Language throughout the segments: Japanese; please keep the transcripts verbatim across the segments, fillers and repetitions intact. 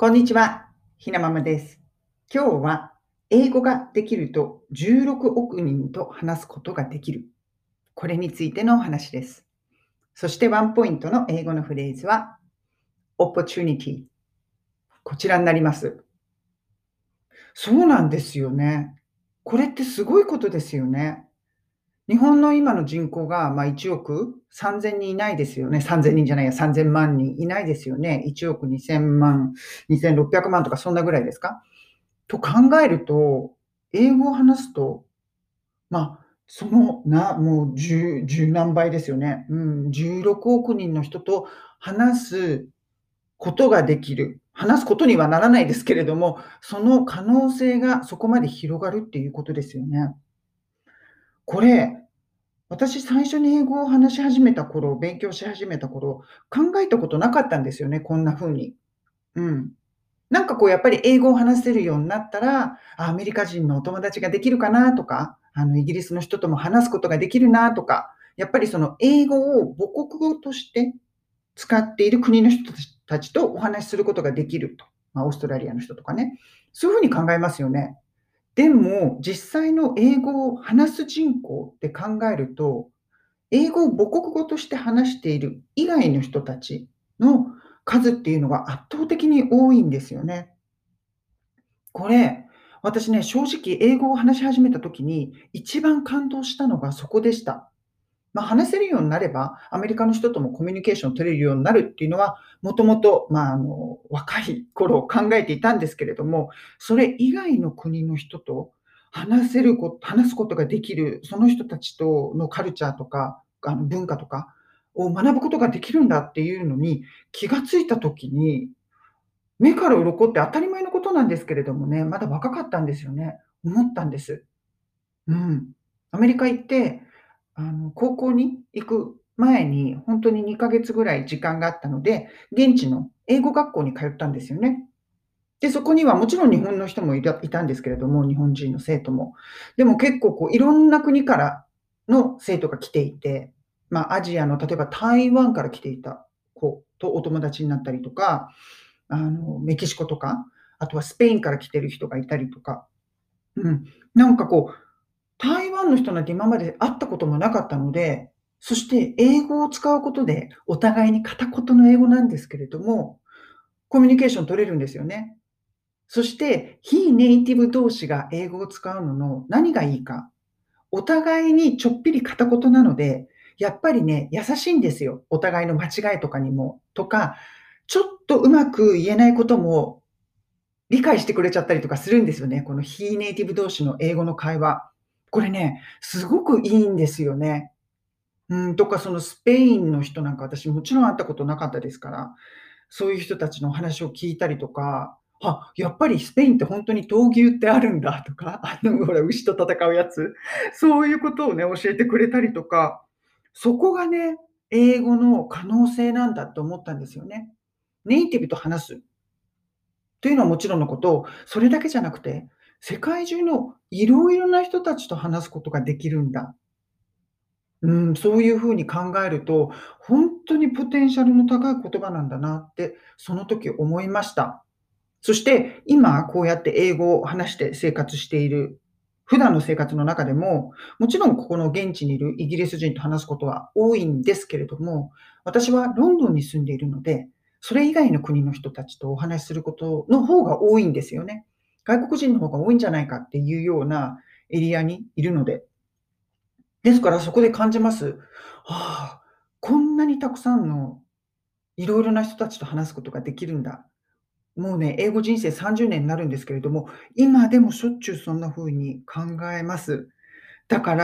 こんにちは、ひなママです。今日は英語ができるとじゅうろくおく人と話すことができる。これについてのお話です。そしてワンポイントの英語のフレーズは opportunity。こちらになります。そうなんですよね。これってすごいことですよね。日本の今の人口が、まあ、いちおくさんぜんにんいないですよね。さんぜんにんじゃないや、さんぜんまん人いないですよね。いちおくにせんまん、にせんろっぴゃくまんとかそんなぐらいですか？と考えると、英語を話すと、まあ、その、なもうじゅう、じゅう何倍ですよね。うん、じゅうろくおく人の人と話すことができる。話すことにはならないですけれども、その可能性がそこまで広がるっていうことですよね。これ、私最初に英語を話し始めた頃、勉強し始めた頃、考えたことなかったんですよね、こんな風に。うん。なんかこうやっぱり英語を話せるようになったら、あ、アメリカ人のお友達ができるかなとか、あのイギリスの人とも話すことができるなとか、やっぱりその英語を母国語として使っている国の人たちたちとお話しすることができると。まあ、オーストラリアの人とかね。そういうふうに考えますよね。でも、実際の英語を話す人口って考えると、英語を母国語として話している以外の人たちの数っていうのが圧倒的に多いんですよね。これ、私ね、正直英語を話し始めた時に、一番感動したのがそこでした。まあ、話せるようになれば、アメリカの人ともコミュニケーションを取れるようになるっていうのは、もともと、まあ、あの、若い頃考えていたんですけれども、それ以外の国の人と話せるこ話すことができる、その人たちとのカルチャーとか、あの、文化とかを学ぶことができるんだっていうのに気がついた時に、目から鱗って当たり前のことなんですけれどもね、まだ若かったんですよね。思ったんです。うん。アメリカ行って、あの、高校に行く前に、ほんとににかげつぐらい時間があったので、現地の英語学校に通ったんですよね。で、そこにはもちろん日本の人もいたいたんですけれども、日本人の生徒も。でも結構こういろんな国からの生徒が来ていて、まあ、アジアの例えば台湾から来ていた子とお友達になったりとか、あの、メキシコとか、あとはスペインから来てる人がいたりとか、うん。なんかこう、台湾の人なんて今まで会ったこともなかったので、そして英語を使うことで、お互いに片言の英語なんですけれども、コミュニケーション取れるんですよね。そして、非ネイティブ同士が英語を使うのの何がいいか、お互いにちょっぴり片言なので、やっぱりね、優しいんですよ。お互いの間違いとかにも。とか、ちょっとうまく言えないことも理解してくれちゃったりとかするんですよね。この非ネイティブ同士の英語の会話。これね、すごくいいんですよね。うん、とかそのスペインの人なんか私もちろん会ったことなかったですから、そういう人たちのお話を聞いたりとか、あ、やっぱりスペインってほんとに闘牛ってあるんだとか、あのほら、牛と戦うやつ、そういうことをね、教えてくれたりとか、そこがね、英語の可能性なんだと思ったんですよね。ネイティブと話すというのはもちろんのこと、それだけじゃなくて、世界中のいろいろな人たちと話すことができるんだ。うん、そういう風に考えると、ほんとにポテンシャルの高い言葉なんだなって、その時思いました。そして、今こうやって英語を話して生活している、普段の生活の中でも、もちろんここの現地にいるイギリス人と話すことは多いんですけれども、私はロンドンに住んでいるので、それ以外の国の人たちとお話しすることの方が多いんですよね。外国人の方が多いんじゃないかっていうようなエリアにいるので。ですからそこで感じます。はあ、こんなにたくさんのいろいろな人たちと話すことができるんだ。もうね、英語人生さんじゅうねんになるんですけれども、今でもしょっちゅうそんな風に考えます。だから、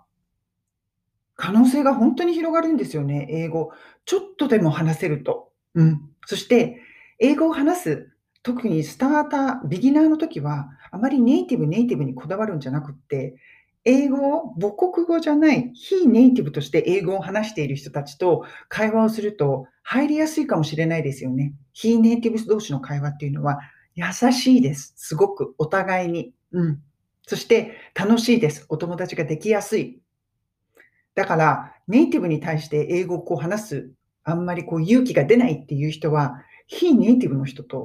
可能性がほんとに広がるんですよね、英語。ちょっとでも話せると。うん。そして、英語を話す、特にスターター、ビギナーの時は、あまりネイティブネイティブにこだわるんじゃなくって、英語を母国語じゃない、非ネイティブとして英語を話している人たちと会話をすると入りやすいかもしれないですよね。非ネイティブ同士の会話っていうのは優しいです。すごくお互いに。うん。そして楽しいです。お友達ができやすい。だから、ネイティブに対して英語をこう話す、あんまりこう勇気が出ないっていう人は、非ネイティブの人と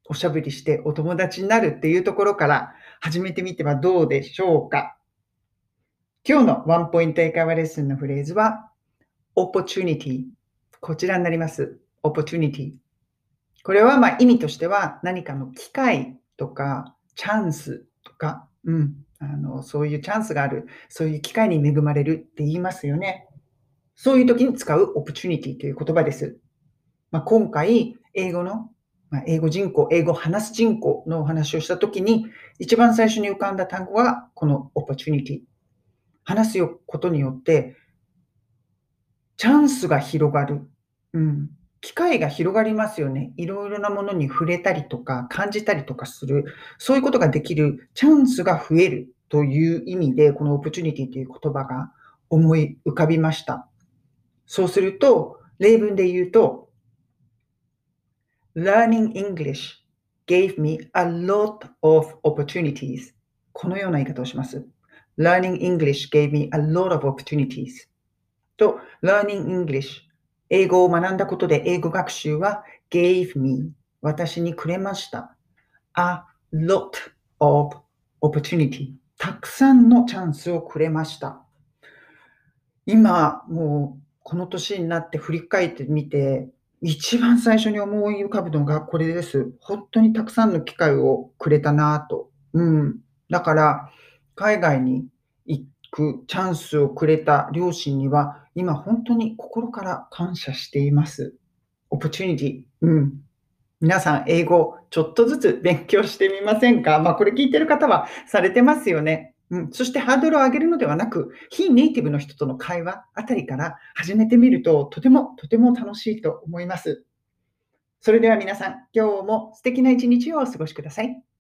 おしゃべりしてお友達になるっていうところから始めてみてはどうでしょうか。今日のワンポイント英会話レッスンのフレーズは opportunity。こちらになります。opportunity。これはまあ意味としては何かの機会とかチャンスとか、うん、あのそういうチャンスがある、そういう機会に恵まれるって言いますよね。そういう時に使う opportunity という言葉です。まあ、今回、英語の、まあ、英語人口、英語を話す人口のお話をした時に、一番最初に浮かんだ単語がこの opportunity。話すことによって、チャンスが広がる。うん。機会が広がりますよね。いろいろなものに触れたりとか、感じたりとかする。そういうことができるチャンスが増えるという意味で、この opportunity という言葉が思い浮かびました。そうすると、例文で言うと、Learning English gave me a lot of opportunities. このような言い方をします。Learning English gave me a lot of opportunities. と、Learning English、英語を学んだことで英語学習は gave me、私にくれました。a lot of opportunity、たくさんのチャンスをくれました。今、もうこの年になって振り返ってみて、一番最初に思い浮かぶのがこれです。本当にたくさんの機会をくれたなと。うん。だから、海外に行くチャンスをくれた両親には、今本当に心から感謝しています。オプチュニティ。うん。皆さん、英語ちょっとずつ勉強してみませんか？まあ、これ聞いてる方はされてますよね。うん。そしてハードルを上げるのではなく、非ネイティブの人との会話あたりから始めてみると、とてもとても楽しいと思います。それでは皆さん、今日も素敵な一日をお過ごしください。